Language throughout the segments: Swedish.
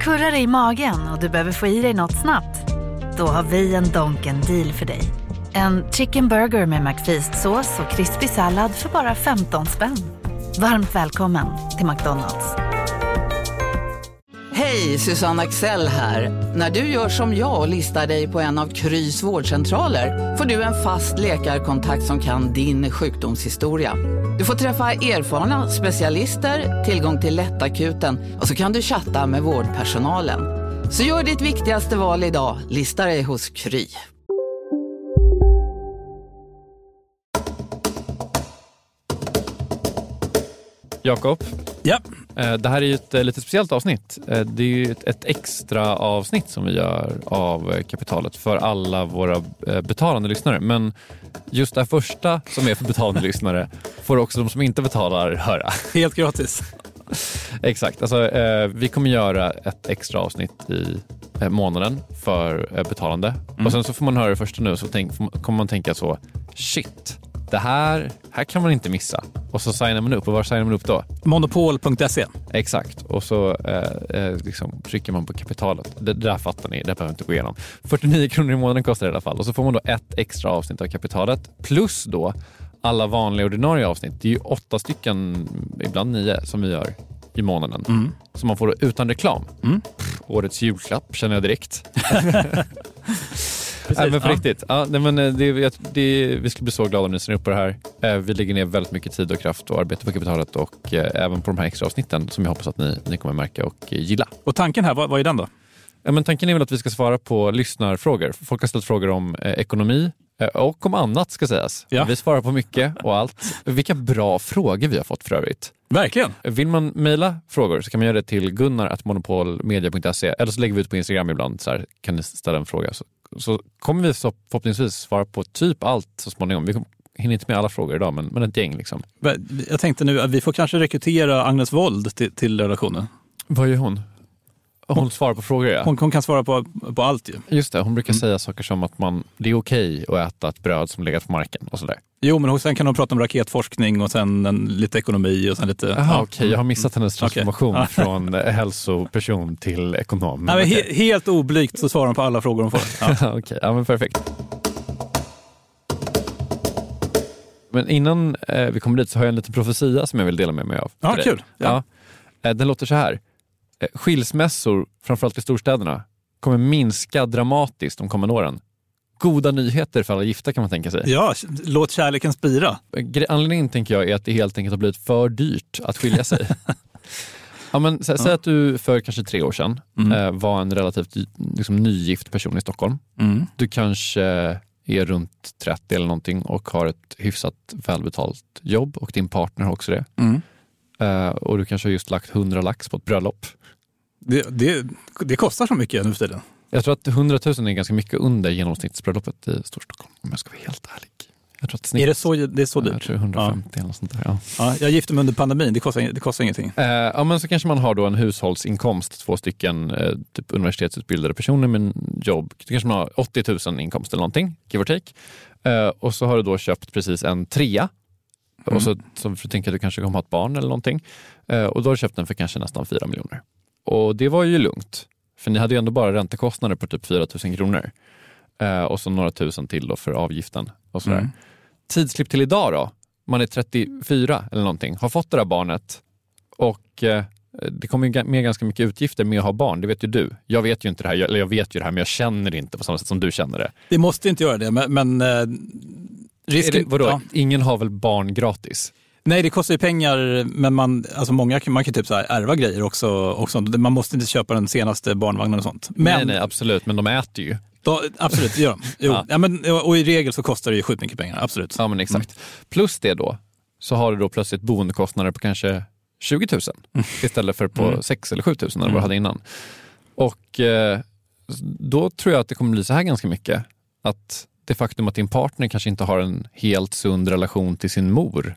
Kurrar i magen och du behöver få i dig något snabbt? Då har vi en Donken deal för dig. En chicken burger med McFeast-sås och krispig sallad för bara 15 spänn. Varmt välkommen till McDonald's. Hej, Susanne Axel här. När du gör som jag och listar dig på en av Krys vårdcentraler får du en fast läkarkontakt som kan din sjukdomshistoria. Du får träffa erfarna specialister, tillgång till lättakuten och så kan du chatta med vårdpersonalen. Så gör ditt viktigaste val idag, lista dig hos Kry. Jakob, ja. Det här är ju ett lite speciellt avsnitt. Det är ju ett extra avsnitt som vi gör av Kapitalet för alla våra betalande lyssnare. Men just det första som är för betalande lyssnare får också de som inte betalar höra. Helt gratis. Exakt. Alltså, vi kommer göra ett extra avsnitt i månaden för betalande. Och sen så får man höra det första nu så kommer man tänka så, shit, det här kan man inte missa. Och så signar man upp. Och var signar man upp då? Monopol.se. Exakt. Och så liksom trycker man på kapitalet. Det där fattar ni. Det behöver inte gå igenom. 49 kronor i månaden kostar det i alla fall. Och så får man då ett extra avsnitt av kapitalet. Plus då alla vanliga ordinarie avsnitt. Det är ju 8 stycken, ibland 9 som vi gör i månaden. Som man får utan reklam. Årets julklapp känner jag direkt. Precis, men för riktigt. Ja, vi skulle bli så glada om ni ser upp på det här. Vi lägger ner väldigt mycket tid och kraft och arbete på kapitalet och även på de här extra avsnitten som jag hoppas att ni kommer märka och gilla. Och tanken här, vad är den då? Ja, men tanken är väl att vi ska svara på lyssnarfrågor. Folk har ställt frågor om ekonomi och om annat ska sägas. Ja. Vi svarar på mycket och allt. Vilka bra frågor vi har fått för övrigt. Verkligen. Vill man mejla frågor så kan man göra det till gunnar@monopolmedia.se eller så lägger vi ut på Instagram ibland så här, kan ni ställa en fråga. Så kommer vi så förhoppningsvis svara på typ allt så småningom. Vi hinner inte med alla frågor idag, men ett gäng liksom. Jag tänkte nu att vi får kanske rekrytera Agnes Wold till redaktionen. Vad gör hon? Hon svarar på frågor, ja. Hon kan svara på allt ju. Just det, hon brukar säga saker som att det är okej att äta ett bröd som legat på marken och sådär. Jo, men sen kan hon prata om raketforskning och sen lite ekonomi och sen lite... Jaha, okej. Jag har missat hennes transformation från hälsoperson till ekonom. Nej, men helt oblygt så svarar hon på alla frågor hon får. Ja. Okej, ja men perfekt. Men innan vi kommer dit så har jag en liten profetia som jag vill dela med mig av. Ja, kul. Ja. Den låter så här. Skilsmässor, framförallt i storstäderna, kommer minska dramatiskt de kommande åren. Goda nyheter för alla gifta kan man tänka sig. Ja, låt kärleken spira. Anledningen tänker jag är att det helt enkelt har blivit för dyrt att skilja sig. Ja, men säg att du för kanske 3 år sedan var en relativt liksom, nygift person i Stockholm. Du kanske är runt 30 eller någonting och har ett hyfsat välbetalt jobb och din partner har också det. Och du kanske har just lagt 100 lax på ett bröllop. Det kostar så mycket nu för tiden. Jag tror att 100 000 är ganska mycket under genomsnittsbröllopet i Storstockholm, om jag ska vara helt ärlig. Jag tror att är det så dyrt? Jag tror 150 eller något sånt där, ja. Ja, jag gifte mig under pandemin, det kostar ingenting. Ja, men så kanske man har då en hushållsinkomst, 2 stycken typ universitetsutbildade personer med en jobb. Då kanske man har 80 000 inkomst eller någonting, give or take. Och så har du då köpt precis en 3. Och så för att tänka att du kanske kommer ha ett barn eller någonting. Och då har du köpt den för kanske nästan 4 miljoner. Och det var ju lugnt. För ni hade ju ändå bara räntekostnader på typ 4 000 kronor. Och så några tusen till då för avgiften. Och sådär. Tidsklipp till idag då. Man är 34 eller någonting. Har fått det där barnet. Och det kommer ju med ganska mycket utgifter med att ha barn. Det vet ju du. Jag vet ju inte det här. Eller jag vet ju det här men jag känner det inte på samma sätt som du känner det. Det måste inte göra det. Men risken... Vadå? Ja. Ingen har väl barn gratis? Nej, det kostar ju pengar, men man kan typ så här ärva grejer också. Man måste inte köpa den senaste barnvagnen och sånt. Men, nej, absolut. Men de äter ju. Absolut, det gör de. Jo. Ja. Och i regel så kostar det ju sjukt mycket pengar, absolut. Ja, men exakt. Plus det då, så har du då plötsligt boendekostnader på kanske 20 000 istället för på 6 eller 7 000 när du hade innan. Och då tror jag att det kommer bli så här ganska mycket. Att det faktum att din partner kanske inte har en helt sund relation till sin mor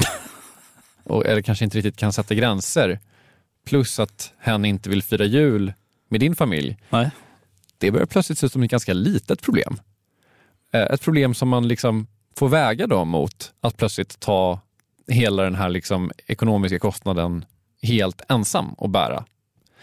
eller kanske inte riktigt kan sätta gränser, plus att hen inte vill fira jul med din familj. Nej. Det börjar plötsligt se ut som ett ganska litet problem. Ett problem som man liksom får väga då mot att plötsligt ta hela den här liksom ekonomiska kostnaden helt ensam och bära.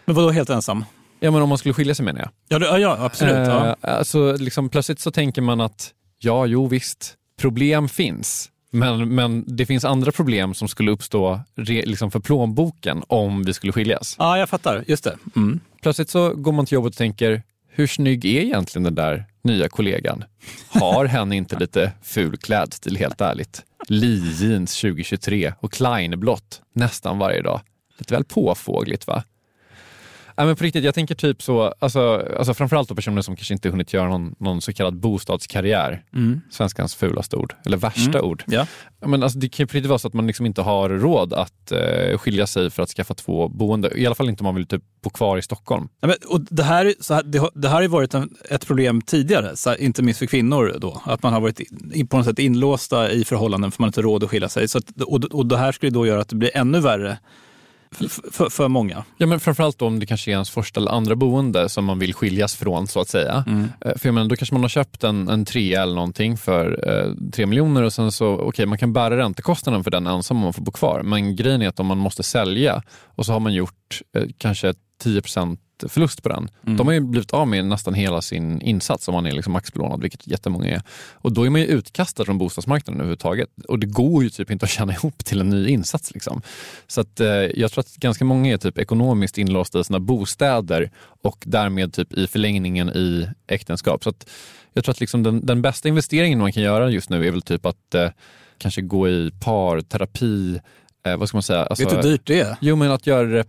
Men vadå helt ensam? Ja, men om man skulle skilja sig menar jag. Ja, absolut. Alltså, liksom, plötsligt så tänker man att visst, problem finns. Men det finns andra problem som skulle uppstå liksom för plånboken om vi skulle skiljas. Ja, jag fattar. Just det. Mm. Plötsligt så går man till jobbet och tänker, hur snygg är egentligen den där nya kollegan? Har hen inte lite ful klädstil, helt ärligt? Lee jeans 2023 och Klein-blått nästan varje dag. Lite väl påfågligt, va? Ja, men på riktigt, jag tänker typ så, alltså framförallt då personer som kanske inte hunnit göra någon så kallad bostadskarriär. Svenskans fulaste ord, eller värsta ord. Ja. Men alltså, det kan ju på riktigt vara så att man liksom inte har råd att skilja sig för att skaffa 2 boende. I alla fall inte om man vill typ bo kvar i Stockholm. Ja, men, och det här har ju varit ett problem tidigare, så inte minst för kvinnor då. Att man har varit på något sätt inlåsta i förhållanden för man inte har råd att skilja sig. Så att, och det här skulle då göra att det blir ännu värre för många. Ja, men framförallt då om det kanske är ens första eller andra boende som man vill skiljas från, så att säga. För jag menar, då kanske man har köpt en 3 eller någonting för 3 miljoner och sen så, man kan bära räntekostnaden för den ensam om man får bo kvar. Men grejen är att om man måste sälja och så har man gjort kanske 10% förlust på den. De har ju blivit av med nästan hela sin insats om man är liksom maxbelånad, vilket jättemånga är. Och då är man ju utkastad från bostadsmarknaden överhuvudtaget. Och det går ju typ inte att tjäna ihop till en ny insats liksom. Så att jag tror att ganska många är typ ekonomiskt inlåsta i sina bostäder och därmed typ i förlängningen i äktenskap. Så att jag tror att liksom den bästa investeringen man kan göra just nu är väl typ att kanske gå i parterapi. Vad ska man säga? Alltså, vet du hur dyrt det är? Jo, men att göra det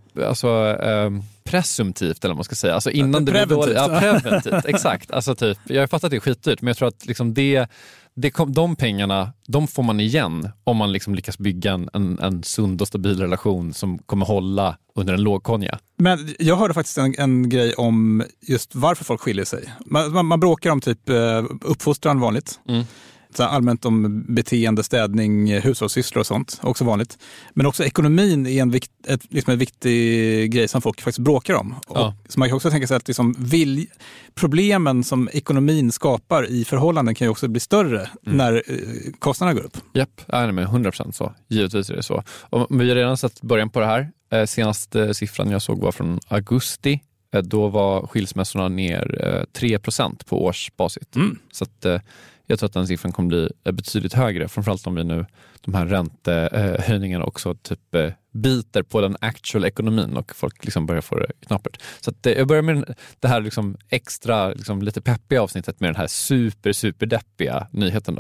presumtivt, eller vad man ska säga. Alltså innan det blir dåligt. Ja, preventivt, exakt. Alltså typ, jag har fattat att det är skitdyrt, men jag tror att liksom de pengarna, de får man igen om man liksom lyckas bygga en sund och stabil relation som kommer hålla under en lågkonja. Men jag hörde faktiskt en grej om just varför folk skiljer sig. Man bråkar om typ uppfostran vanligt. Så allmänt om beteende, städning, hushållssysslor och sånt, också vanligt. Men också ekonomin är en viktig grej som folk faktiskt bråkar om. Och så man kan också tänka sig att liksom problemen som ekonomin skapar i förhållanden kan ju också bli större när kostnaderna går upp. Japp, men 100% så. Givetvis är det så. Och vi har redan sett början på det här. Senaste siffran jag såg var från augusti. Då var skilsmässorna ner 3% på årsbasis. Så att jag tror att den siffran kommer bli betydligt högre. Framförallt om vi nu, de här räntehöjningarna också typ biter på den actual ekonomin och folk liksom börjar få det knappert. Så att jag börjar med det här liksom extra, liksom lite peppiga avsnittet med den här super nyheten då.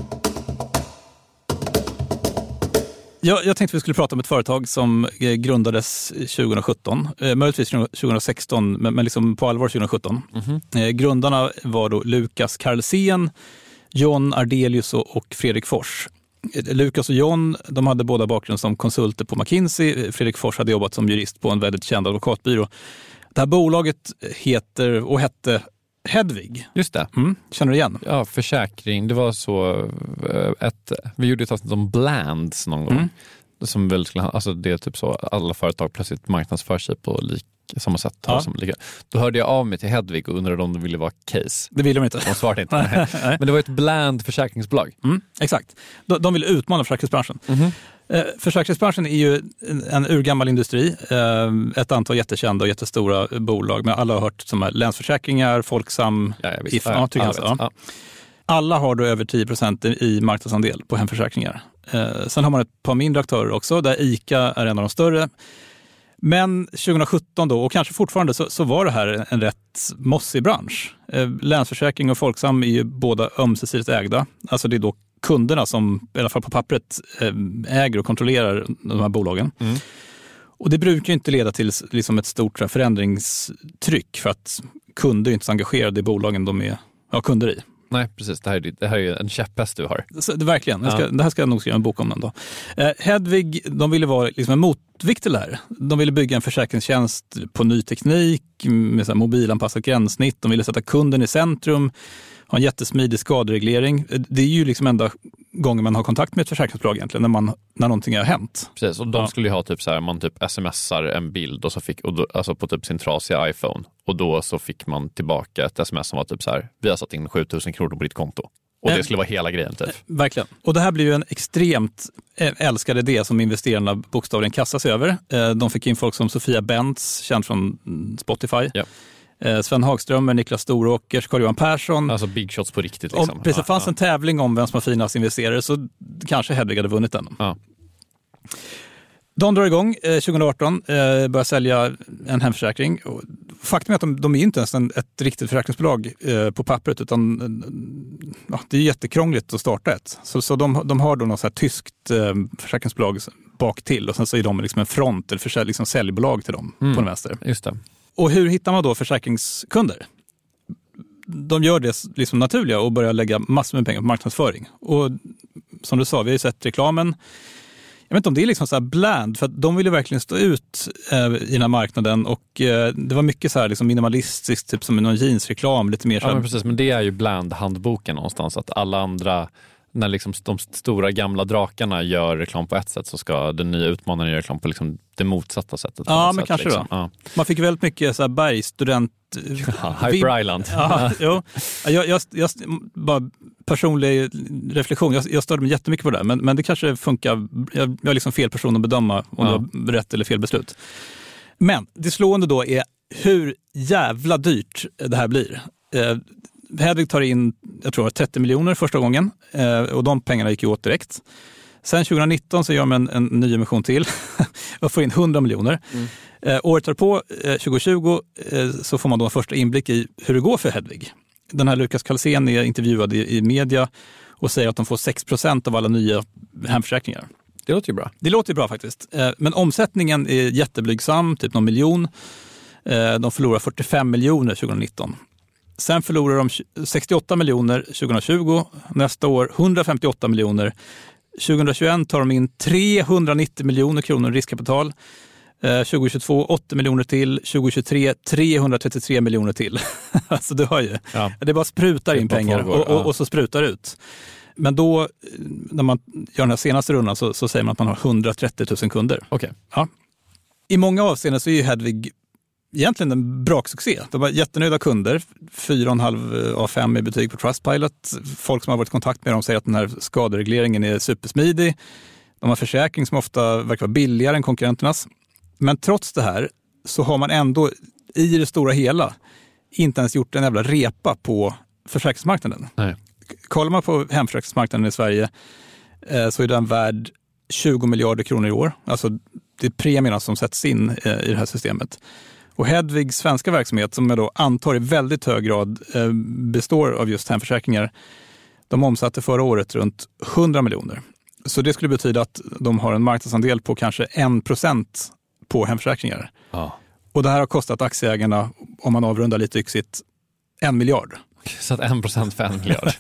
Jag tänkte vi skulle prata om ett företag som grundades 2017, möjligtvis 2016, men liksom på allvar 2017. Grundarna var då Lukas Karlsén, John Ardelius och Fredrik Fors. Lukas och John, de hade båda bakgrund som konsulter på McKinsey. Fredrik Fors hade jobbat som jurist på en väldigt känd advokatbyrå. Det här bolaget hette Hedvig. Just det. Känner du igen? Ja, försäkring. Det var så vi gjorde ett avsnitt om Blands någon gång. Som väl skulle, alltså det är typ så alla företag plötsligt marknadsför sig på samma sätt. Som då hörde jag av mig till Hedvig och undrade om de ville vara case. Det ville de inte. De svarade inte. Men det var ett bland försäkringsbolag. Exakt. De ville utmana försäkringsbranschen. Försäkringsbranschen är ju en urgammal industri. Ett antal jättekända och jättestora bolag. Men alla har hört som här Länsförsäkringar, Folksam, If. Alla har då över 10% i marknadsandel på hemförsäkringar. Sen har man ett par mindre aktörer också, där ICA är en av de större. Men 2017 då, och kanske fortfarande, så var det här en rätt mossig bransch. Länsförsäkring och Folksam är ju båda ömsesidigt ägda. Alltså det är då kunderna som, i alla fall på pappret, äger och kontrollerar de här bolagen. Och det brukar inte leda till liksom ett stort förändringstryck, för att kunder är inte så engagerade i bolagen de är kunder i. Nej, precis. Det här är ju en käpphäst du har. Verkligen. Det här ska jag nog skriva en bok om den då. Hedvig, de ville vara liksom en motvikt till det här. De ville bygga en försäkringstjänst på ny teknik med så här mobilanpassat gränssnitt. De ville sätta kunden i centrum, ha en jättesmidig skadereglering. Det är ju liksom enda gången man har kontakt med ett försäkringsbolag egentligen, när någonting har hänt. Precis, och de skulle ju ha typ så här, man typ smsar en bild och så alltså på typ sin trasiga iPhone, och då så fick man tillbaka ett sms som var typ så här: vi har satt in 7 000 kronor på ditt konto. Och det skulle vara hela grejen typ. Verkligen. Och det här blir ju en extremt älskad idé som investerarna bokstavligen kastas över. De fick in folk som Sofia Bentz, känd från Spotify. Ja. Sven Hagströmer, Niklas Storåkers, Carl-Johan Persson. Alltså big shots på riktigt. Liksom. Om det fanns en tävling om vem som var finast investerare så kanske Hedvig hade vunnit den. Ja. De drar igång 2018, börjar sälja en hemförsäkring. Faktum är att de är inte ens ett riktigt försäkringsbolag på pappret, utan det är jättekrångligt att starta ett. Så de har då något så här tyskt försäkringsbolag bak till, och sen så är de liksom en front eller liksom säljbolag till dem på den vänster. Just det. Och hur hittar man då försäkringskunder? De gör det liksom naturliga och börjar lägga massor med pengar på marknadsföring. Och som du sa, vi har ju sett reklamen. Jag vet inte om det är liksom så här bland, för att de ville verkligen stå ut i den här marknaden, och det var mycket så här liksom minimalistiskt, typ som någon jeansreklam, lite mer så här. Ja, men precis, men det är ju bland-handboken någonstans, att alla andra, när liksom de stora gamla drakarna gör reklam på ett sätt, så ska den nya utmanaren göra reklam på liksom det motsatta sättet. Ja, men kanske liksom. Då. Ja. Man fick väldigt mycket så här bergstudent... Hyper Island. Ja, jo. Jag bara personlig reflektion. Jag störde mig jättemycket på det där, men det kanske funkar. Jag är liksom fel person att bedöma om det var rätt eller fel beslut. Men det slående då är hur jävla dyrt det här blir. Hedvig tar in, jag tror 30 miljoner första gången, och de pengarna gick ju åt direkt. Sen 2019 så gör man en ny emission till och får in 100 miljoner. Året därpå, 2020, så får man då en första inblick i hur det går för Hedvig. Den här Lukas Kalsén är intervjuad i media och säger att de får 6% av alla nya hemförsäkringar. Det låter ju bra. Det låter ju bra faktiskt. Men omsättningen är jätteblygsam, typ någon miljon. De förlorar 45 miljoner 2019. Sen förlorar de 68 miljoner 2020. Nästa år 158 miljoner. 2021 tar de in 390 miljoner kronor i riskkapital. 2022 80 miljoner till. 2023 333 miljoner till. Alltså du hör ju. Ja. Det bara sprutar in pengar och så sprutar ut. Men då, när man gör den här senaste rundan, så säger man att man har 130 000 kunder. Okay. Ja. I många avseenden så är ju Hedvig egentligen en braksuccé. De var jättenöjda kunder. 4,5 av 5 i betyg på Trustpilot. Folk som har varit i kontakt med dem säger att den här skaderegleringen är supersmidig. De har försäkring som ofta verkar vara billigare än konkurrenternas. Men trots det här så har man ändå i det stora hela inte ens gjort en jävla repa på försäkringsmarknaden. Nej. Kollar man på hemförsäkringsmarknaden i Sverige så är den värd 20 miljarder kronor i år. Alltså det är premierna som sätts in i det här systemet. Och Hedvigs svenska verksamhet, som jag då antar i väldigt hög grad består av just hemförsäkringar, de omsatte förra året runt 100 miljoner. Så det skulle betyda att de har en marknadsandel på kanske 1% på hemförsäkringar. Ja. Och det här har kostat aktieägarna, om man avrundar lite yxigt, 1 miljard. Så att 1% för 1 miljard.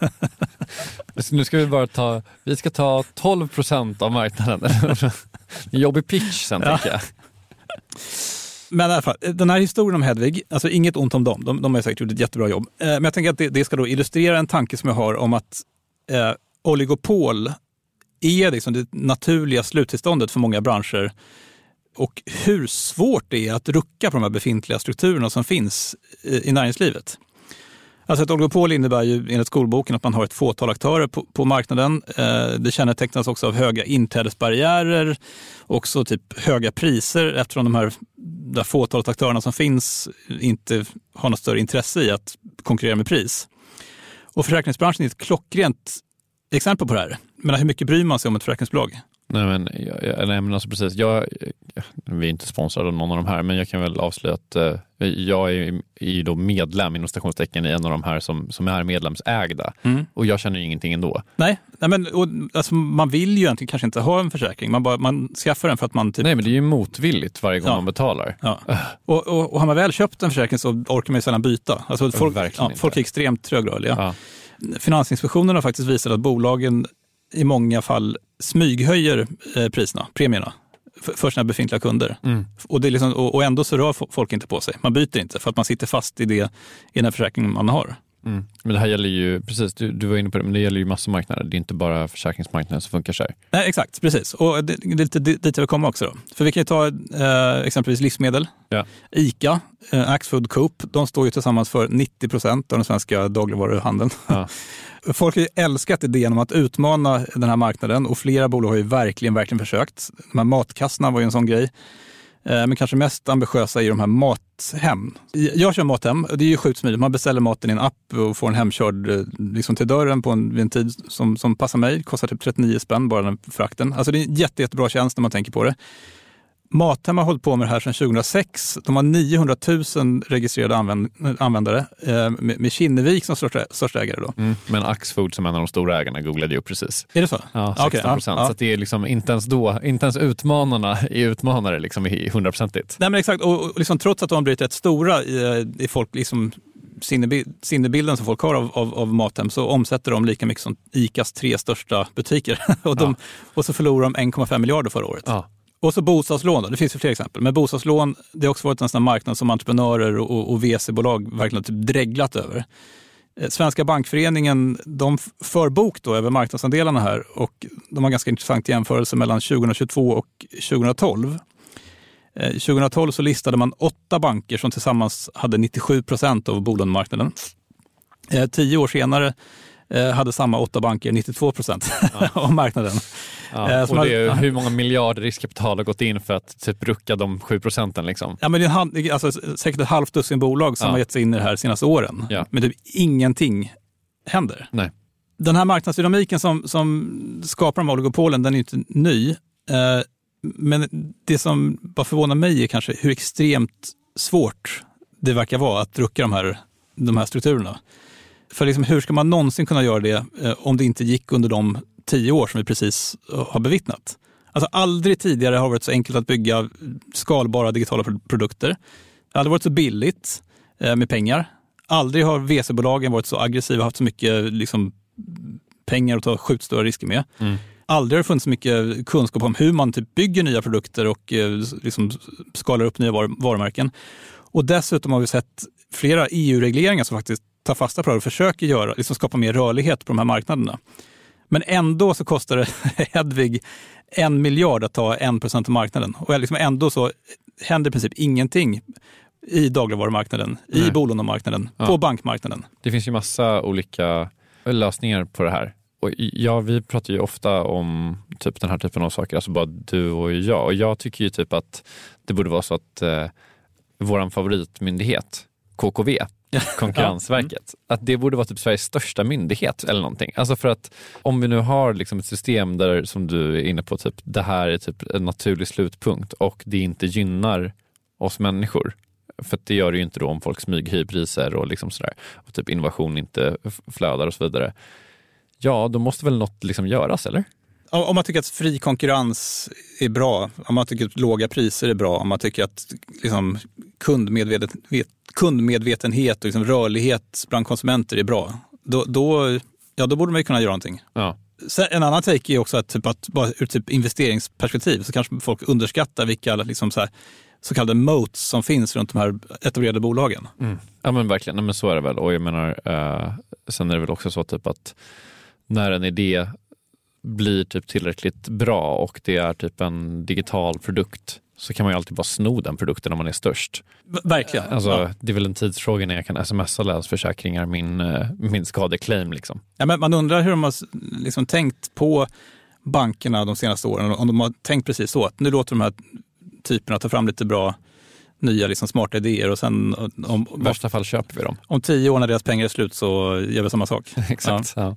Nu ska vi ska ta 12% av marknaden. En jobbig pitch sen, tänker jag. Men i alla fall, den här historien om Hedvig, alltså inget ont om dem, de har säkert gjort ett jättebra jobb. Men jag tänker att det ska då illustrera en tanke som jag har om att oligopol är liksom det naturliga sluttillståndet för många branscher, och hur svårt det är att rucka på de här befintliga strukturerna som finns i näringslivet. Alltså ett oligopol innebär ju enligt skolboken att man har ett fåtal aktörer på marknaden. Det kännetecknas också av höga inträdesbarriärer, också typ höga priser, eftersom de här där fåtalet aktörerna som finns inte har något större intresse i att konkurrera med pris. Och försäkringsbranschen är ett klockrent exempel på det här. Men hur mycket bryr man sig om ett försäkringsbolag? Nej, men alltså precis. Vi är inte sponsrade av någon av de här, men jag kan väl avslöja att jag är då medlem inom stationstecken i en av de här som är medlemsägda. Och jag känner ju ingenting ändå. Nej, men alltså, man vill ju egentligen kanske inte ha en försäkring. Man skaffar den för att man typ... Nej, men det är ju motvilligt varje gång man betalar. Ja. Och har man väl köpt en försäkring så orkar man ju sällan byta. Alltså, folk är extremt trögrörliga. Ja. Finansinspektionen har faktiskt visat att bolagen i många fall smyghöjer premierna för sina befintliga kunder. Och, det är liksom, och ändå så rör folk inte på sig. Man byter inte för att man sitter fast i den här försäkringen man har. Men det här gäller ju, precis, du var inne på det, men det gäller ju massor marknader. Det är inte bara försäkringsmarknaden som funkar så här. Nej, exakt, precis. Och det är lite dit jag vill komma också då. För vi kan ju ta exempelvis livsmedel. Ja. ICA, Axfood, Coop, de står ju tillsammans för 90% av den svenska dagligvaruhandeln. Ja. Folk har ju älskat idén om att utmana den här marknaden och flera bolag har ju verkligen försökt. De här matkassarna var ju en sån grej. Men kanske mest ambitiösa är de här mathem. Jag kör mathem och det är ju sjukt smidigt. Man beställer maten i en app och får en hemkörd liksom till dörren på vid en tid som passar mig. Det kostar typ 39 spänn bara den frakten. Alltså det är en jättebra tjänst när man tänker på det. Mathem har hållit på med det här sedan 2006. De har 900 000 registrerade användare med Kinnevik som största ägare då. Men Axfood som en av de stora ägarna googlade ju precis. Är det så? Ja, 16%. Okay, så att det är liksom inte ens utmanarna är utmanare liksom i 100%. Nej men exakt, och liksom, trots att de har blivit rätt stora i folk liksom sinnebilden som folk har av Mathem så omsätter de lika mycket som ICAs 3 största butiker. Och så förlorar de 1,5 miljarder förra året. Ja. Och så bostadslån då. Det finns ju fler exempel. Men bostadslån, det har också varit en sån marknad som entreprenörer och VC-bolag verkligen typ dreglat över. Svenska bankföreningen, de för bok då över marknadsandelarna här och de har ganska intressant jämförelse mellan 2022 och 2012. 2012 så listade man 8 banker som tillsammans hade 97% av bolånemarknaden. 10 år senare hade samma 8 banker 92% av marknaden. Ja, och det är hur många miljarder riskkapital har gått in för att typ rucka de 7% liksom? Ja, men det är alltså, säkert ett halvt dussin bolag som har gett sig in i det här senaste åren. Ja. Men typ ingenting händer. Nej. Den här marknadsdynamiken som skapar de här oligopolen, den är inte ny. Men det som bara förvånar mig är kanske hur extremt svårt det verkar vara att rucka de här strukturerna. För liksom, hur ska man någonsin kunna göra det om det inte gick under de 10 år som vi precis har bevittnat? Alltså aldrig tidigare har det varit så enkelt att bygga skalbara digitala produkter. Det har aldrig varit så billigt med pengar. Aldrig har VC-bolagen varit så aggressiva och haft så mycket liksom, pengar att ta sjukt stora risker med. Aldrig har det funnits så mycket kunskap om hur man typ bygger nya produkter och liksom skalar upp nya varumärken. Och dessutom har vi sett flera EU-regleringar som faktiskt tar fasta på det och försöker liksom skapa mer rörlighet på de här marknaderna. Men ändå så kostar det Hedvig 1 miljard att ta 1% av marknaden. Och liksom ändå så händer i princip ingenting i dagligvarumarknaden, i bolånemarknaden, på bankmarknaden. Det finns ju massa olika lösningar på det här. Och vi pratar ju ofta om typ den här typen av saker, alltså bara du och jag. Och jag tycker ju typ att det borde vara så att våran favoritmyndighet, KKV, Konkurrensverket, att det borde vara typ Sveriges största myndighet eller någonting. Alltså för att om vi nu har liksom ett system där, som du är inne på, typ det här är typ en naturlig slutpunkt och det inte gynnar oss människor. För det gör det ju inte då om folk smyghyr priser och liksom sådär. Och typ innovation inte flödar och så vidare. Ja, då måste väl något liksom göras, eller? Om man tycker att fri konkurrens är bra, om man tycker att låga priser är bra, om man tycker att liksom, kundmedvetenhet och liksom, rörlighet bland konsumenter är bra, då borde man ju kunna göra någonting. Ja. Sen, en annan take är också att bara ur typ investeringsperspektiv så kanske folk underskattar vilka liksom, så kallade moats som finns runt de här etablerade bolagen. Ja men verkligen, nej, men så är det väl. Och jag menar, sen är det väl också så typ att när en idé blir typ tillräckligt bra och det är typ en digital produkt så kan man ju alltid bara sno den produkten när man är störst. Verkligen. Alltså, det är väl en tidsfråga när jag kan smsa länsförsäkringar min skadeclaim liksom. Ja, men man undrar hur de har liksom tänkt på bankerna de senaste åren. Om de har tänkt precis så att nu låter de här typerna ta fram lite bra nya liksom smarta idéer och sen i värsta fall köper vi dem. Om 10 år när deras pengar är slut så gör vi samma sak. Exakt, ja.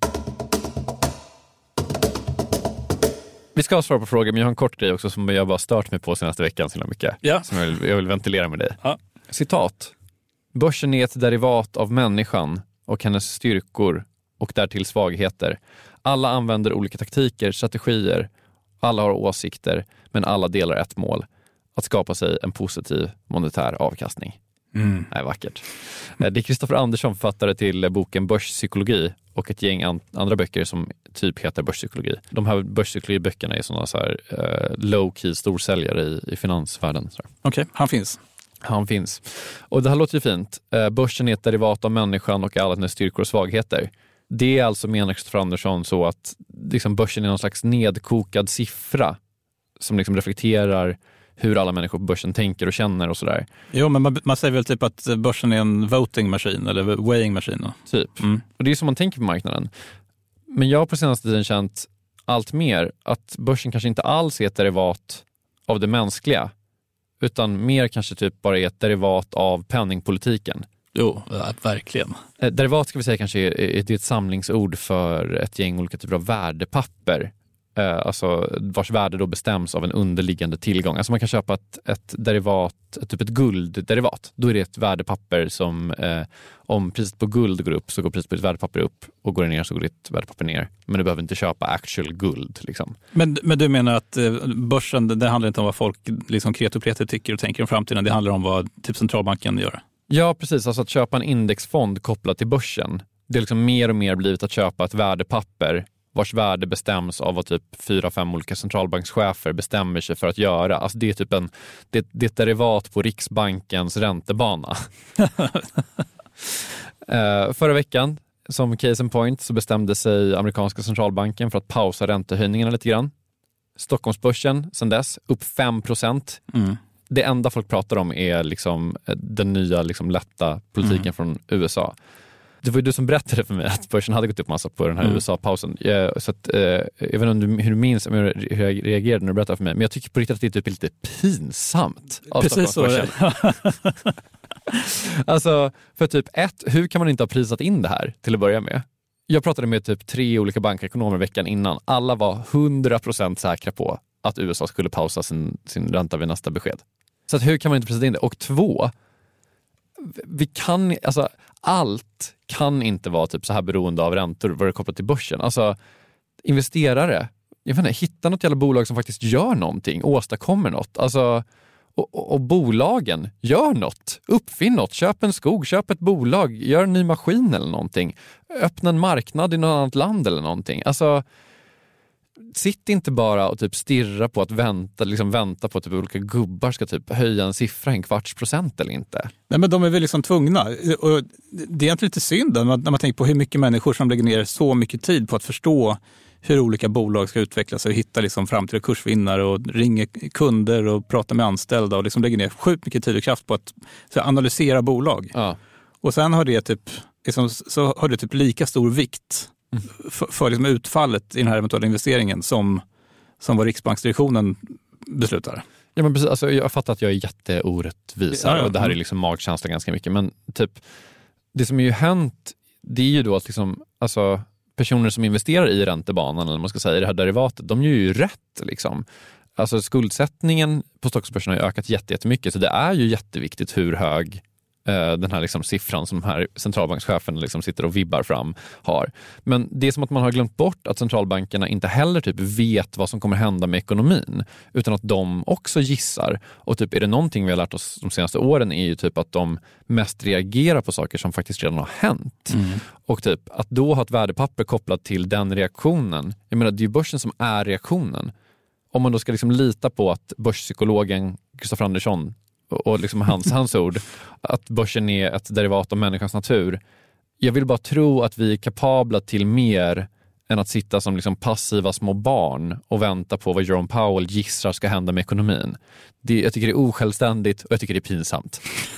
Vi ska svara på frågor, men jag har en kort grej också som jag bara stört mig på senaste veckan så mycket. Ja. Som jag vill ventilera med dig. Ja. Citat. Börsen är ett derivat av människan och hennes styrkor och därtill svagheter. Alla använder olika taktiker, strategier. Alla har åsikter, men alla delar ett mål. Att skapa sig en positiv monetär avkastning. Det är vackert. Det är Kristoffer Andersson, författare till boken Börspsykologi och ett gäng andra böcker som typ heter Börspsykologi. De här börspsykologiböckerna är sådana så här low-key storsäljare i finansvärlden. Okej, han finns. Han finns. Och det här låter ju fint. Börsen är ett derivat av människan och alla dess styrkor och svagheter. Det är alltså, menar Kristoffer Andersson, så att liksom börsen är någon slags nedkokad siffra som liksom reflekterar hur alla människor på börsen tänker och känner och sådär. Jo, men man säger väl typ att börsen är en voting machine eller weighing machine. Typ. Och det är som man tänker på marknaden. Men jag har på senaste tiden känt allt mer att börsen kanske inte alls är ett derivat av det mänskliga, utan mer kanske typ bara är ett derivat av penningpolitiken. Jo, verkligen. Derivat ska vi säga kanske är ett samlingsord för ett gäng olika typer av värdepapper. Alltså vars värde då bestäms av en underliggande tillgång. Alltså man kan köpa ett derivat, typ ett guldderivat. Då är det ett värdepapper som om priset på guld går upp så går priset på ett värdepapper upp, och går det ner så går ditt värdepapper ner. Men du behöver inte köpa actual guld liksom. Men du menar att börsen, det handlar inte om vad folk liksom kreaturpreter tycker och tänker om framtiden, det handlar om vad typ centralbanken gör? Ja, precis. Alltså att köpa en indexfond kopplat till börsen, det är liksom mer och mer blivit att köpa ett värdepapper vars värde bestäms av vad typ 4-5 olika centralbankschefer bestämmer sig för att göra. Alltså det är typ det är ett derivat på Riksbankens räntebana. Förra veckan, som case in point, så bestämde sig amerikanska centralbanken för att pausa räntehöjningarna lite grann. Stockholmsbörsen sedan dess upp 5%. Det enda folk pratar om är liksom den nya liksom lätta politiken från USA. Det var ju du som berättade för mig att börsen hade gått upp massa på den här USA-pausen. Så att, jag vet inte hur du minns hur jag reagerade när du berättade för mig. Men jag tycker på riktigt att det är typ lite pinsamt. Precis så. Alltså, för typ hur kan man inte ha prisat in det här till att börja med? Jag pratade med typ 3 olika bankekonomer veckan innan. Alla var 100% säkra på att USA skulle pausa sin ränta vid nästa besked. Så att hur kan man inte prisat in det? Och 2, allt kan inte vara typ så här beroende av räntor vad det är kopplat till börsen. Alltså investerare, jag vet inte, hitta något jävla bolag som faktiskt gör någonting, åstadkommer något. Alltså, och bolagen, gör något, uppfinn något, köp en skog, köp ett bolag, gör en ny maskin eller någonting, öppna en marknad i något annat land eller någonting. Alltså, sitt inte bara och typ stirra på att vänta på att typ olika gubbar ska typ höja en siffra 0,25% eller inte. Nej, men de är väl liksom tvungna. Och det är inte lite synd när man tänker på hur mycket människor som lägger ner så mycket tid på att förstå hur olika bolag ska utvecklas och hitta liksom framtida kursvinnare och ringa kunder och prata med anställda och liksom lägger ner sjukt mycket tid och kraft på att analysera bolag. Ja. Och sen har det typ, liksom, så har det typ lika stor vikt för liksom utfallet i den här eventuella investeringen som vad Riksbanksdirektionen beslutar. Ja, men precis, alltså, jag fattar att jag är jätteorättvis här och det här är liksom magkänsla ganska mycket, men typ det som är ju hänt, det är ju då att liksom, alltså, personer som investerar i räntebanan eller man ska säga i det här derivatet, de gör ju rätt liksom. Alltså skuldsättningen på Stockholmsbörsen har ju ökat jättemycket, så det är ju jätteviktigt hur hög den här liksom siffran som de här centralbankschefen liksom sitter och vibbar fram har. Men det är som att man har glömt bort att centralbankerna inte heller typ vet vad som kommer hända med ekonomin, utan att de också gissar. Och typ är det någonting vi har lärt oss de senaste åren är ju typ att de mest reagerar på saker som faktiskt redan har hänt. Och typ att då ha ett värdepapper kopplat till den reaktionen. Jag menar, det är ju börsen som är reaktionen. Om man då ska liksom lita på att börspsykologen Kristoffer Andersson och liksom hans ord, att börsen är ett derivat av människans natur. Jag vill bara tro att vi är kapabla till mer än att sitta som liksom passiva små barn och vänta på vad Jerome Powell gissar ska hända med ekonomin. Jag tycker det är osjälvständigt och jag tycker det är pinsamt.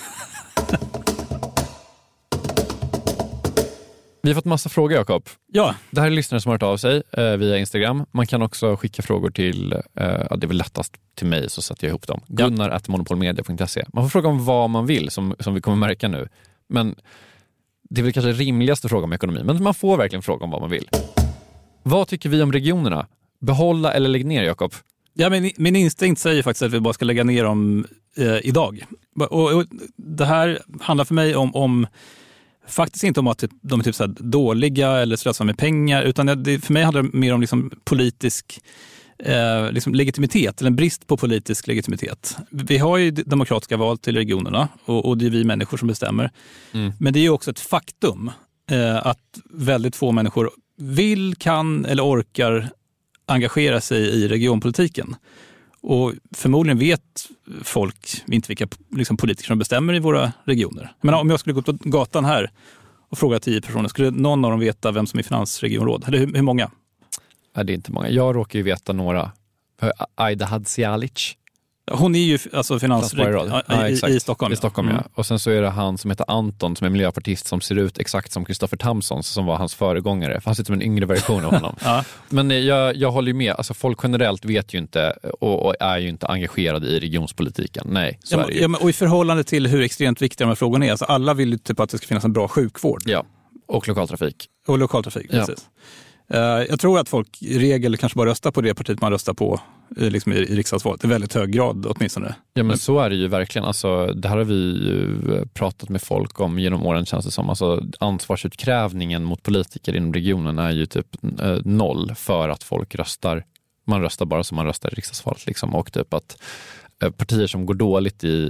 Vi har fått massa frågor, Jakob. Ja. Det här är lyssnare som har hört av sig via Instagram. Man kan också skicka frågor till, det är väl lättast till mig, så sätter jag ihop dem. Gunnar@monopolmedia.se. Man får fråga om vad man vill, som vi kommer märka nu. Men det är väl kanske rimligaste fråga om ekonomi. Men man får verkligen fråga om vad man vill. Vad tycker vi om regionerna? Behålla eller lägga ner, Jakob? Ja, men min instinkt säger faktiskt att vi bara ska lägga ner dem idag. Och det här handlar för mig om faktiskt inte om att de är typ så här dåliga eller slösar med pengar, utan för mig handlar det mer om liksom politisk liksom legitimitet, eller en brist på politisk legitimitet. Vi har ju demokratiska val till regionerna och det är vi människor som bestämmer. Men det är ju också ett faktum att väldigt få människor vill, kan eller orkar engagera sig i regionpolitiken. Och förmodligen vet folk inte vilka liksom, politiker som bestämmer i våra regioner. Men om jag skulle gå på gatan här och fråga 10 personer, skulle någon av dem veta vem som är finansregionråd? Eller hur många? Ja, det är inte många. Jag råkar ju veta några. Aida Hadzialic. Hon är ju alltså finansråd i Stockholm. I Stockholm, ja. Och sen så är det han som heter Anton som är miljöpartist som ser ut exakt som Kristoffer Tamsson som var hans föregångare. Han ser ut som en yngre version av honom. Ja. Men jag håller ju med. Alltså, folk generellt vet ju inte och är ju inte engagerade i regionspolitiken. Nej, så är det ju. Ja, och i förhållande till hur extremt viktiga de här frågorna är. Alltså, alla vill ju typ att det ska finnas en bra sjukvård. Ja, och lokaltrafik. Och lokaltrafik, precis. Jag tror att folk i regel kanske bara röstar på det partiet man röstar på liksom i riksdagsvalet i väldigt hög grad åtminstone. Ja, men så är det ju verkligen. Alltså, det här har vi ju pratat med folk om genom åren, känns det som. Alltså, ansvarsutkrävningen mot politiker inom regionen är ju typ 0 för att folk röstar. Man röstar bara som man röstar i riksdagsvalet. Liksom. Och typ att partier som går dåligt i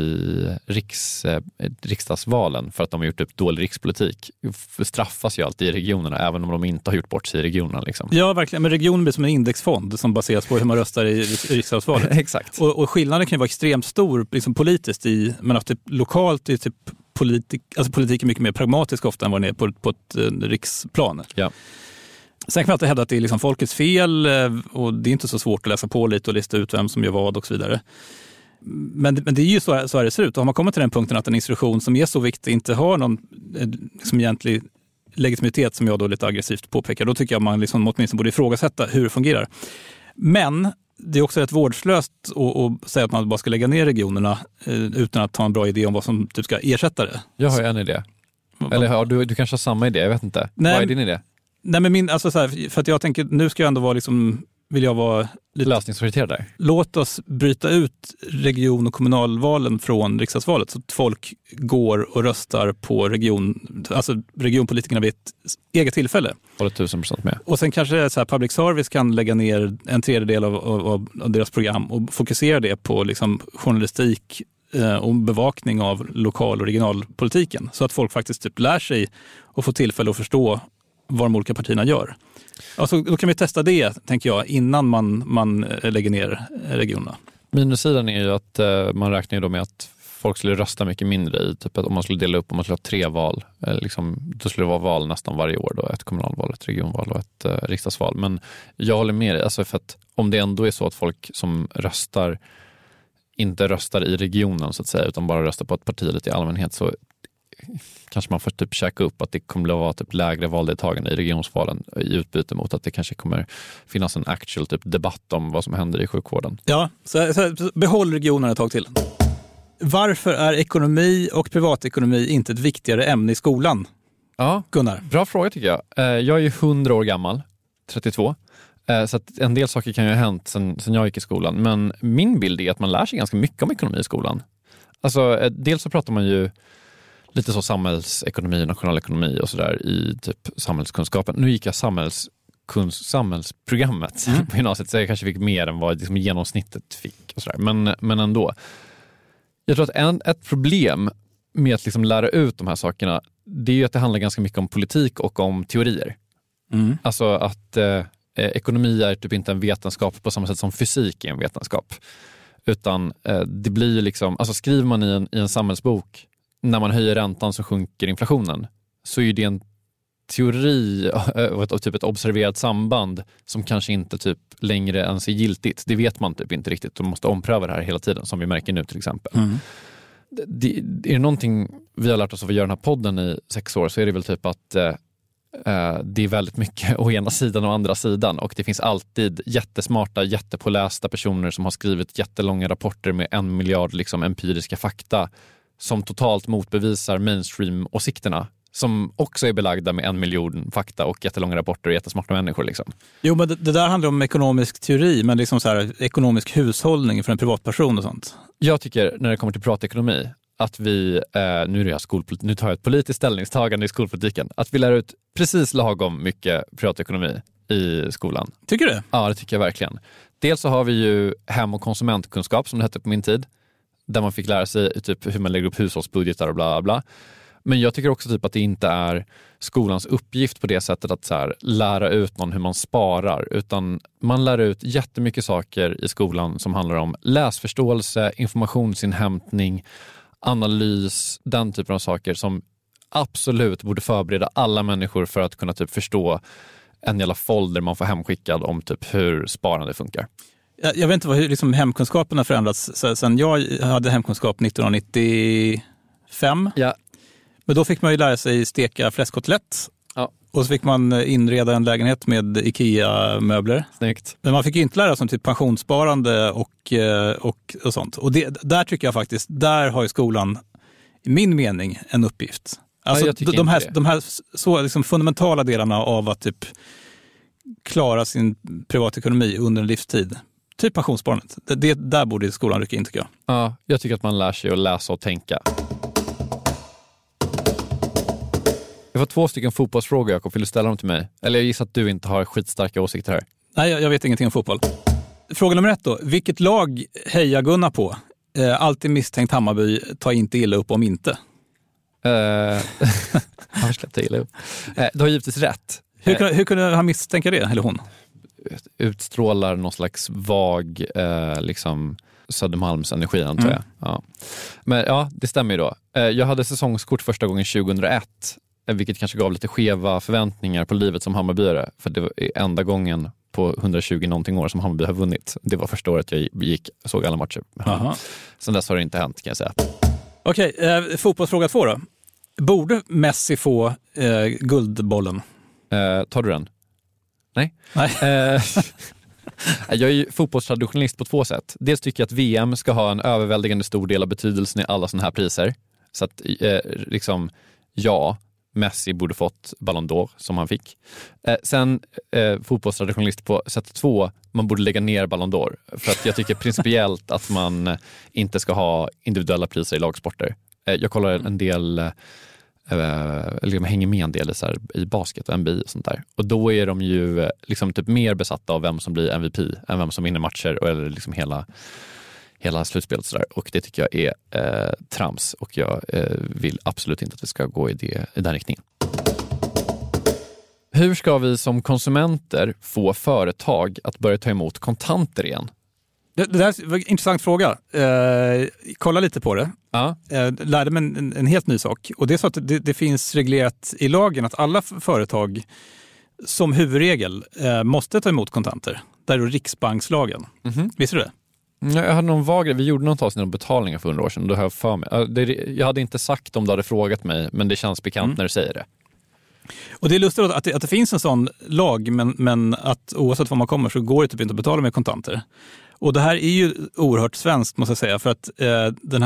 riksdagsvalen för att de har gjort upp dålig rikspolitik straffas ju alltid i regionerna även om de inte har gjort bort sig i regionen. Liksom. Ja, verkligen. Men regionen blir som en indexfond som baseras på hur man röstar i riksdagsvalet. Exakt. Och skillnaden kan ju vara extremt stor liksom politiskt men att typ, lokalt är typ politik är mycket mer pragmatisk ofta än vad den är på ett riksplan. Ja. Sen kan man alltid hävda att det är liksom folkets fel och det är inte så svårt att läsa på lite och lista ut vem som gör vad och så vidare. Men det är ju så här det ser ut. Och har man kommit till den punkten att en institution som är så viktig inte har någon liksom egentlig legitimitet som jag då lite aggressivt påpekar, då tycker jag man liksom åtminstone borde ifrågasätta hur det fungerar. Men det är också rätt vårdslöst att säga att man bara ska lägga ner regionerna utan att ha en bra idé om vad som typ ska ersätta det. Jag har en idé. Eller du kanske har samma idé, jag vet inte. Nej, vad är din idé? Nej, men alltså så här, för att jag tänker, nu ska jag ändå vara liksom, vill jag vara lite lösningsorienterad där. Låt oss bryta ut region- och kommunalvalen från riksdagsvalet så att folk går och röstar på regionpolitikerna vid ett eget tillfälle. Håller 1000% med. Och sen kanske så här, public service kan lägga ner en tredjedel av deras program och fokusera det på liksom journalistik och bevakning av lokal- och regionalpolitiken. Så att folk faktiskt typ lär sig och får tillfälle att förstå vad de olika partierna gör. Alltså, då kan vi testa det, tänker jag, innan man lägger ner regionerna. Minussidan är ju att man räknar ju då med att folk skulle rösta mycket mindre i typ att om man skulle dela upp, om man skulle ha 3 val, liksom, då skulle det vara val nästan varje år då, ett kommunalval, ett regionval och ett riksdagsval. Men jag håller med dig, alltså för att om det ändå är så att folk som röstar inte röstar i regionen så att säga, utan bara röstar på ett parti lite i allmänhet, så kanske man får typ checka upp att det kommer att vara typ lägre valdeltagande i regionsvalen i utbyte mot att det kanske kommer finnas en actual typ debatt om vad som händer i sjukvården. Ja, så behåll regionerna ett tag till. Varför är ekonomi och privatekonomi inte ett viktigare ämne i skolan? Ja, Gunnar. Bra fråga tycker jag. Jag är ju 100 år gammal, 32. Så att en del saker kan ju ha hänt sen jag gick i skolan. Men min bild är att man lär sig ganska mycket om ekonomi i skolan. Alltså, dels så pratar man ju lite så samhällsekonomi, nationalekonomi och sådär i typ samhällskunskapen. Nu gick jag samhällsprogrammet på gymnasiet, så jag kanske fick mer än vad liksom genomsnittet fick. Och sådär. Men ändå. Jag tror att ett problem med att liksom lära ut de här sakerna, det är ju att det handlar ganska mycket om politik och om teorier. Mm. Alltså att ekonomi är typ inte en vetenskap på samma sätt som fysik är en vetenskap. Utan det blir ju liksom, alltså skriver man i en samhällsbok när man höjer räntan så sjunker inflationen, så är det en teori och typ ett observerat samband som kanske inte typ längre ens är giltigt. Det vet man typ inte riktigt. De måste ompröva det här hela tiden, som vi märker nu till exempel. Mm. Det är någonting vi har lärt oss av att göra den här podden i 6 år, så är det väl typ att det är väldigt mycket å ena sidan och andra sidan, och det finns alltid jättesmarta, jättepålästa personer som har skrivit jättelånga rapporter med 1 miljard liksom empiriska fakta som totalt motbevisar mainstream-åsikterna, som också är belagda med 1 miljon fakta och jättelånga rapporter och jättesmarta människor. Liksom. Jo, men det där handlar om ekonomisk teori, men liksom så här, ekonomisk hushållning för en privatperson och sånt. Jag tycker, när det kommer till privatekonomi, att vi, nu tar jag ett politiskt ställningstagande i skolpolitiken, att vi lär ut precis lagom mycket privatekonomi i skolan. Tycker du? Ja, det tycker jag verkligen. Dels så har vi ju hem- och konsumentkunskap, som det hette på min tid, där man fick lära sig typ hur man lägger upp hushållsbudgetar och bla bla. Men jag tycker också typ att det inte är skolans uppgift på det sättet att så här, lära ut någon hur man sparar, utan man lär ut jättemycket saker i skolan som handlar om läsförståelse, informationsinhämtning, analys, den typen av saker som absolut borde förbereda alla människor för att kunna typ förstå en jävla folder man får hemskickad om typ hur sparande funkar. Jag vet inte hur liksom hemkunskapen har förändrats sen jag hade hemkunskap 1995. Ja. Men då fick man ju lära sig steka fläskkotlett. Ja. Och så fick man inreda en lägenhet med IKEA-möbler. Snyggt. Men man fick ju inte lära sig om typ pensionssparande och sånt. Och där tycker jag faktiskt, där har ju skolan i min mening en uppgift. Alltså de här så liksom fundamentala delarna av att typ klara sin privatekonomi under en livstid. Typ pensionssparandet. Där borde skolan rycka in, tycker jag. Ja, jag tycker att man lär sig att läsa och tänka. Jag får 2 stycken fotbollsfrågor, Jakob. Vill du ställa dem till mig? Eller jag gissar att du inte har skitstarka åsikter här. Nej, jag vet ingenting om fotboll. Fråga nummer 1 då. Vilket lag hejar Gunnar på? Alltid misstänkt Hammarby, ta inte illa upp om inte. Han släppte illa upp. Du har givetvis rätt. Hur kunde han misstänka det, eller hon? Utstrålar någon slags vag liksom Södermalms energi, antar jag. Ja. Men ja, det stämmer ju då. Jag hade säsongskort första gången 2001, vilket kanske gav lite skeva förväntningar på livet som Hammarbyare. För det var enda gången på 120 någonting år som Hammarby har vunnit. Det var första året jag såg alla matcher. Sen dess har det inte hänt, kan jag säga. Okej, fotbollsfråga 2 då. Borde Messi få guldbollen? Tar du den? Nej. Jag är ju fotbollstraditionalist på 2 sätt. Dels tycker jag att VM ska ha en överväldigande stor del av betydelsen i alla såna här priser. Så att liksom, ja, Messi borde fått Ballon d'Or som han fick. Sen fotbollstraditionalist på sätt 2, man borde lägga ner Ballon d'Or. För att jag tycker principiellt att man inte ska ha individuella priser i lagsporter. Jag kollar en del, eller jag hänger med en del i basket och NBA och sånt där. Och då är de ju liksom typ mer besatta av vem som blir MVP än vem som vinner matcher eller liksom hela slutspelet så där. Och det tycker jag är trams, och jag vill absolut inte att vi ska gå i den riktningen. Hur ska vi som konsumenter få företag att börja ta emot kontanter igen? Det där var en intressant fråga. Kolla lite på det. Ja. Lärde mig en helt ny sak. Och det är så att det finns reglerat i lagen att alla företag som huvudregel måste ta emot kontanter. Där är då Riksbankslagen. Mm-hmm. Visste du det? Jag hade någon vag, vi gjorde någon avsnitt om betalningar för 100 år sedan. Då har jag för mig. Jag hade inte sagt om du hade frågat mig, men det känns bekant när du säger det. Och det är lustigt att det finns en sån lag, men att oavsett var man kommer så går det typ inte att betala med kontanter. Och det här är ju oerhört svenskt, måste jag säga, för att det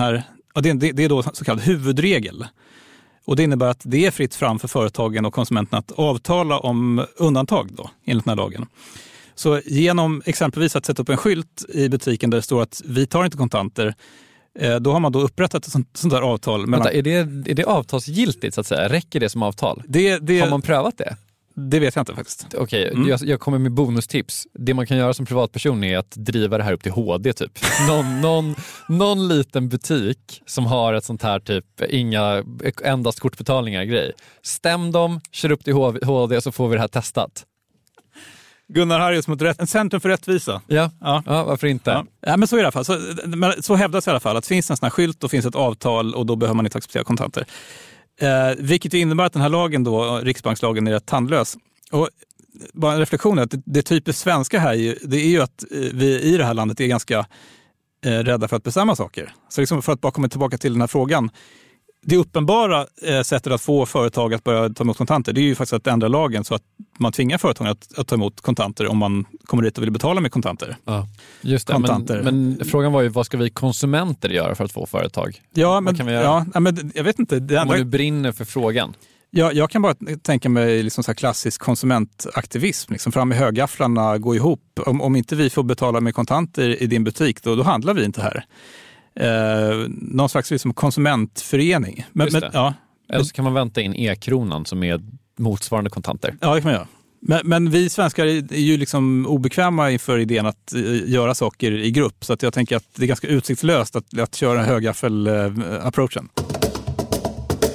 är då så kallad huvudregel. Och det innebär att det är fritt fram för företagen och konsumenterna att avtala om undantag då, enligt den här lagen. Så genom exempelvis att sätta upp en skylt i butiken där det står att vi tar inte kontanter, då har man då upprättat ett sånt där avtal. Vänta, är det avtalsgiltigt så att säga? Räcker det som avtal? Har man prövat det? Det vet jag inte faktiskt. Okej, jag kommer med bonustips. Det man kan göra som privatperson är att driva det här upp till HD typ. Någon liten butik som har ett sånt här typ endast kortbetalningar grej. Stäm dem, kör upp till HD så får vi det här testat. Gunnar Harrius mot en centrum för rättvisa. Ja, varför inte? Ja, men så är det i alla fall. Så hävdas i alla fall att finns en sån här skylt och finns ett avtal och då behöver man inte acceptera kontanter. Vilket innebär att den här lagen då, Riksbankslagen, är rätt tandlös. Och bara en reflektion är att det typiskt svenska här, det är ju att vi i det här landet är ganska rädda för att bestämma saker. Så liksom för att bara komma tillbaka till den här frågan. Det uppenbara sättet att få företag att börja ta emot kontanter, det är ju faktiskt att ändra lagen så att man tvingar företagen att ta emot kontanter om man kommer dit och vill betala med kontanter. Ja, just det. Men frågan var ju, vad ska vi konsumenter göra för att få företag? Ja, men jag vet inte. Om man nu brinner för frågan. Ja, jag kan bara tänka mig liksom så här klassisk konsumentaktivism. Liksom fram med högafflarna, gå ihop. Om inte vi får betala med kontanter i din butik, då handlar vi inte här. Någon slags liksom konsumentförening. Eller så kan man vänta in e-kronan som är motsvarande kontanter. Ja, det kan man göra. Men vi svenskar är ju liksom obekväma inför idén att göra saker i grupp. Så att jag tänker att det är ganska utsiktslöst att köra högaffel-approachen.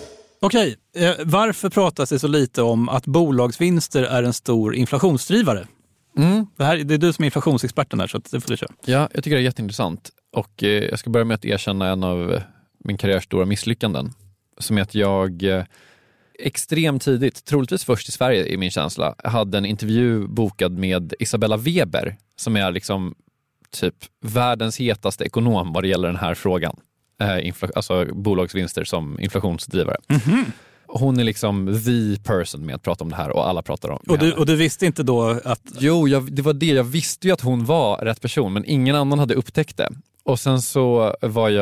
Okej, varför pratas det så lite om att bolagsvinster är en stor inflationsdrivare? Det är du som är inflationsexperten här, så det får du köra. Ja, jag tycker det är jätteintressant. Och jag ska börja med att erkänna en av min karriärs stora misslyckanden. Som är att jag extremt tidigt, troligtvis först i Sverige i min känsla, hade en intervju bokad med Isabella Weber, som är liksom typ världens hetaste ekonom vad det gäller den här frågan. Alltså bolagsvinster som inflationsdrivare. Hon är liksom the person med att prata om det här, och alla pratar om det. Och du visste inte då att... Jo, det var det. Jag visste ju att hon var rätt person, men ingen annan hade upptäckt det. Och sen så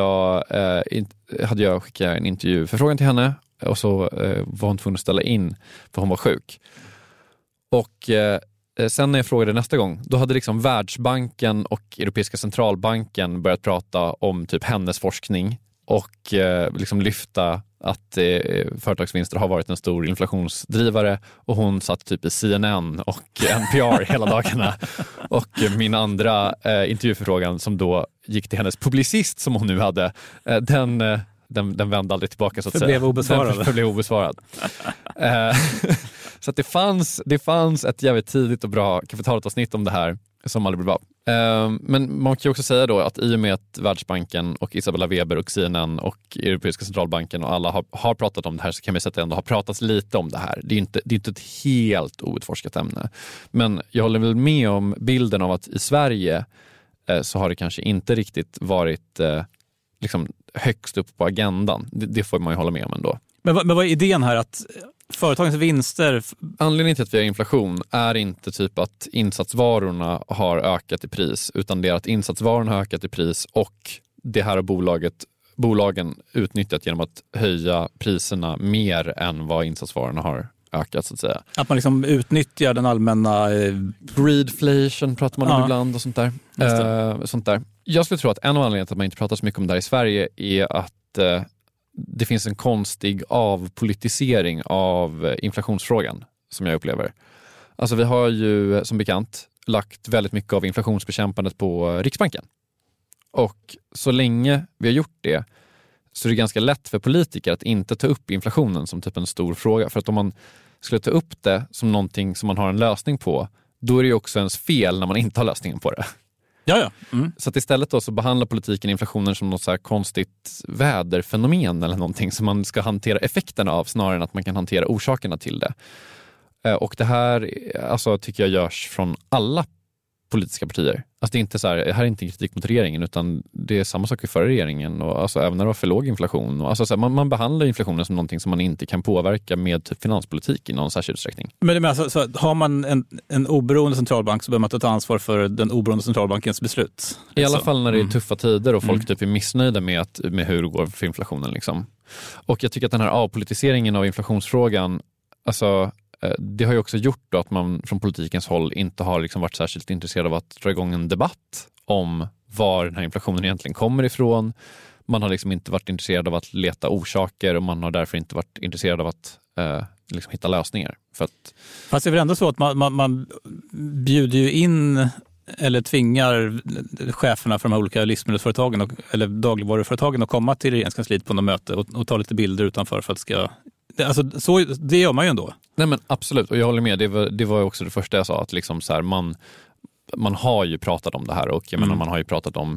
hade jag skickat en intervjuförfrågan till henne, och så var hon tvungen att ställa in för hon var sjuk. Och sen när jag frågade nästa gång, då hade liksom Världsbanken och Europeiska centralbanken börjat prata om typ hennes forskning och liksom lyfta att företagsvinster har varit en stor inflationsdrivare, och hon satt typ i CNN och NPR hela dagarna. Och min andra intervjuförfrågan, som då gick till hennes publicist som hon nu hade, den vände aldrig tillbaka, så att säga. Förblev obesvarad. Så att det fanns ett jävligt tidigt och bra kapitalavsnitt om det här som aldrig blev bra. Men man kan ju också säga då att i och med att Världsbanken och Isabella Weber och CNN och Europeiska centralbanken och alla har pratat om det här, så kan vi säga att det ändå har pratats lite om det här. Det är inte ett helt outforskat ämne. Men jag håller väl med om bilden av att i Sverige så har det kanske inte riktigt varit liksom högst upp på agendan. Det får man ju hålla med om ändå. Men vad är idén här, att företagens vinster... Anledningen till att vi har inflation är inte typ att insatsvarorna har ökat i pris, utan det är att insatsvarorna har ökat i pris, och det här har bolagen utnyttjat genom att höja priserna mer än vad insatsvarorna har ökat, så att säga. Att man liksom utnyttjar den allmänna... Greedflation pratar man om ibland och sånt där. Jag skulle tro att en av anledningarna till att man inte pratar så mycket om det här i Sverige är att det finns en konstig avpolitisering av inflationsfrågan som jag upplever. Alltså vi har ju som bekant lagt väldigt mycket av inflationsbekämpandet på Riksbanken. Och så länge vi har gjort det, så är det ganska lätt för politiker att inte ta upp inflationen som typ en stor fråga. För att om man skulle ta upp det som någonting som man har en lösning på, då är det ju också ens fel när man inte har lösningen på det. Ja. Så att istället då så behandlar politiken inflationen som något så här konstigt väderfenomen eller någonting som man ska hantera effekterna av, snarare än att man kan hantera orsakerna till det. Och det här alltså, tycker jag görs från alla politiska partier. Alltså det är inte så här, det här är inte en kritik mot regeringen, utan det är samma sak i förra regeringen, och alltså även när det var för låg inflation. Och alltså så här, man behandlar inflationen som någonting som man inte kan påverka med typ finanspolitik i någon särskild utsträckning. Men alltså, så har man en oberoende centralbank, så behöver man ta ansvar för den oberoende centralbankens beslut. I alla fall när det är tuffa tider och folk typ är missnöjda med hur det går för inflationen. Liksom. Och jag tycker att den här avpolitiseringen av inflationsfrågan, alltså det har ju också gjort då att man från politikens håll inte har liksom varit särskilt intresserad av att dra igång en debatt om var den här inflationen egentligen kommer ifrån. Man har liksom inte varit intresserad av att leta orsaker, och man har därför inte varit intresserad av att liksom hitta lösningar. Fast det är väl ändå så att man bjuder ju in eller tvingar cheferna för de här olika livsmedelsföretagen eller dagligvaruföretagen att komma till regeringskansliet på något möte och ta lite bilder utanför för att ska... Alltså, så, det gör man ju ändå. Nej men absolut, och jag håller med. Det var också det första jag sa, att liksom så här, man har ju pratat om det här, och jag menar, man har ju pratat om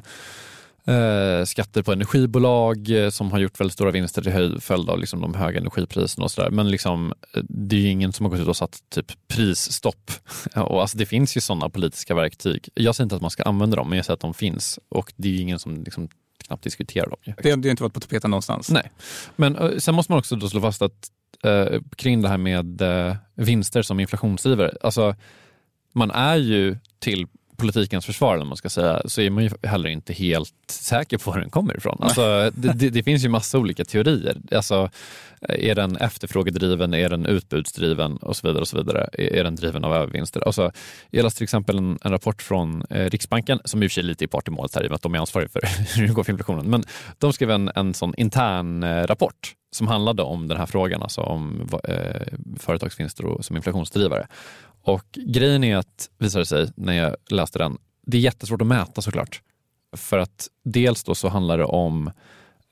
skatter på energibolag som har gjort väldigt stora vinster till följd av liksom de höga energipriserna och sådär. Men liksom, det är ju ingen som har gått ut och satt typ prisstopp. Och alltså, det finns ju sådana politiska verktyg. Jag säger inte att man ska använda dem, men jag säger att de finns. Och det är ju ingen som liksom knappt diskuterar dem. Det har inte varit på tapeten någonstans. Nej. Men sen måste man också då slå fast att kring det här med vinster som inflationsdrivare. Alltså, man är ju till politikens försvar, eller man ska säga, så är man ju heller inte helt säker på var den kommer ifrån. Alltså, det finns ju massa olika teorier. Alltså, är den efterfrågedriven, är den utbudsdriven och så vidare och så vidare. Är den driven av övervinster? Alltså, jag läste till exempel en rapport från Riksbanken, som i och för sig lite i part i målet här, i och med att de är ansvariga för hur det går för inflationen. Men de skrev en sån intern rapport som handlade om den här frågan, alltså om företagsvinster som inflationsdrivare. Och grejen är att, visade sig när jag läste den, det är jättesvårt att mäta såklart. För att dels då så handlar det om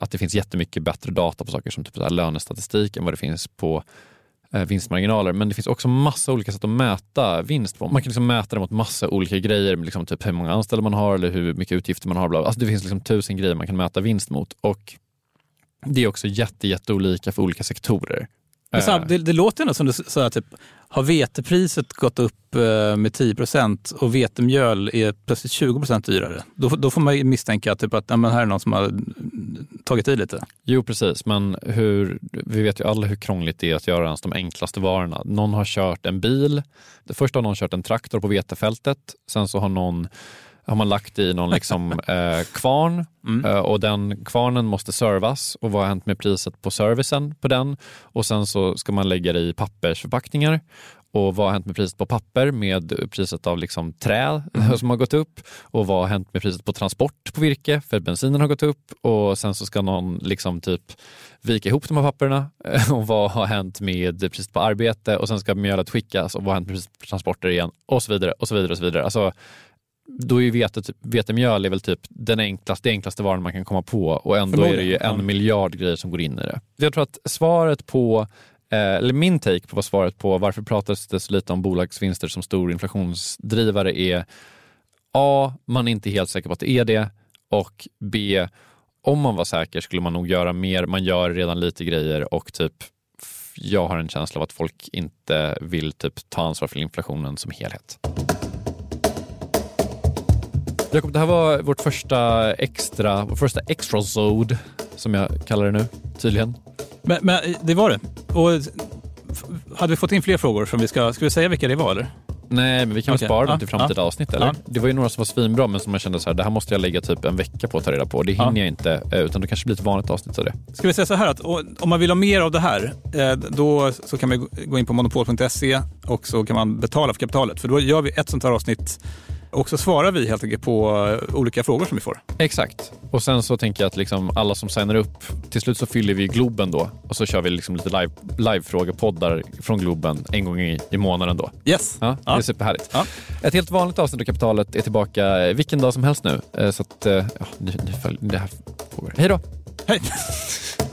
att det finns jättemycket bättre data på saker som typ så här lönestatistik än vad det finns på vinstmarginaler. Men det finns också massa olika sätt att mäta vinst på. Man kan liksom mäta det mot massa olika grejer, liksom typ hur många anställda man har eller hur mycket utgifter man har. Alltså det finns liksom 1000 grejer man kan mäta vinst mot, och det är också jätteolika för olika sektorer. Det låter ändå som du sa, typ, har vetepriset gått upp med 10% och vetemjöl är plötsligt 20% dyrare. Då får man misstänka typ att här är någon som har tagit i lite. Jo, precis. Men vi vet ju alla hur krångligt det är att göra ens de enklaste varorna. Någon har kört en bil. Först har någon kört en traktor på vetefältet. Sen så har man lagt i någon liksom, kvarn och den kvarnen måste servas, och vad har hänt med priset på servicen på den, och sen så ska man lägga det i pappersförpackningar, och vad har hänt med priset på papper med priset av liksom trä som har gått upp, och vad har hänt med priset på transport på virke för bensinen har gått upp, och sen så ska någon liksom typ vika ihop de här papperna, och vad har hänt med priset på arbete, och sen ska mjölet skickas, och vad har hänt med priset på transporter igen, och så vidare och så vidare och så vidare. Alltså då är vetemjöl är väl typ den enklaste varan man kan komma på, och ändå är det ju 1 miljard grejer som går in i det. Jag tror att svaret på, eller min take på vad svaret på varför pratas det så lite om bolagsvinster som stor inflationsdrivare är: A, man är inte helt säker på att det är det, och B, om man var säker skulle man nog göra mer. Man gör redan lite grejer, och typ jag har en känsla av att folk inte vill typ ta ansvar för inflationen som helhet. Jakob, det här var vårt första extra-zode, som jag kallar det nu, tydligen. Men det var det. Och hade vi fått in fler frågor som ska vi säga vilka det var, eller? Nej, men vi kan väl spara dem till framtida avsnitt, eller? Det var ju några som var svinbra, men som jag kände så här, det här måste jag lägga typ en vecka på att ta reda på. Det hinner jag inte, utan det kanske blir ett vanligt avsnitt av det. Ska vi säga så här, att om man vill ha mer av det här, då så kan man gå in på monopol.se, och så kan man betala för kapitalet. För då gör vi ett sånt här avsnitt, och så svarar vi helt enkelt på olika frågor som vi får. Exakt. Och sen så tänker jag att liksom alla som signar upp, till slut så fyller vi Globen då. Och så kör vi liksom lite live-frågepoddar från Globen en gång i månaden då. Yes. Ja, det är superhärligt. Ja. Ett helt vanligt avsnitt av Kapitalet är tillbaka vilken dag som helst nu. Så att det här pågår. Hej då! Hej!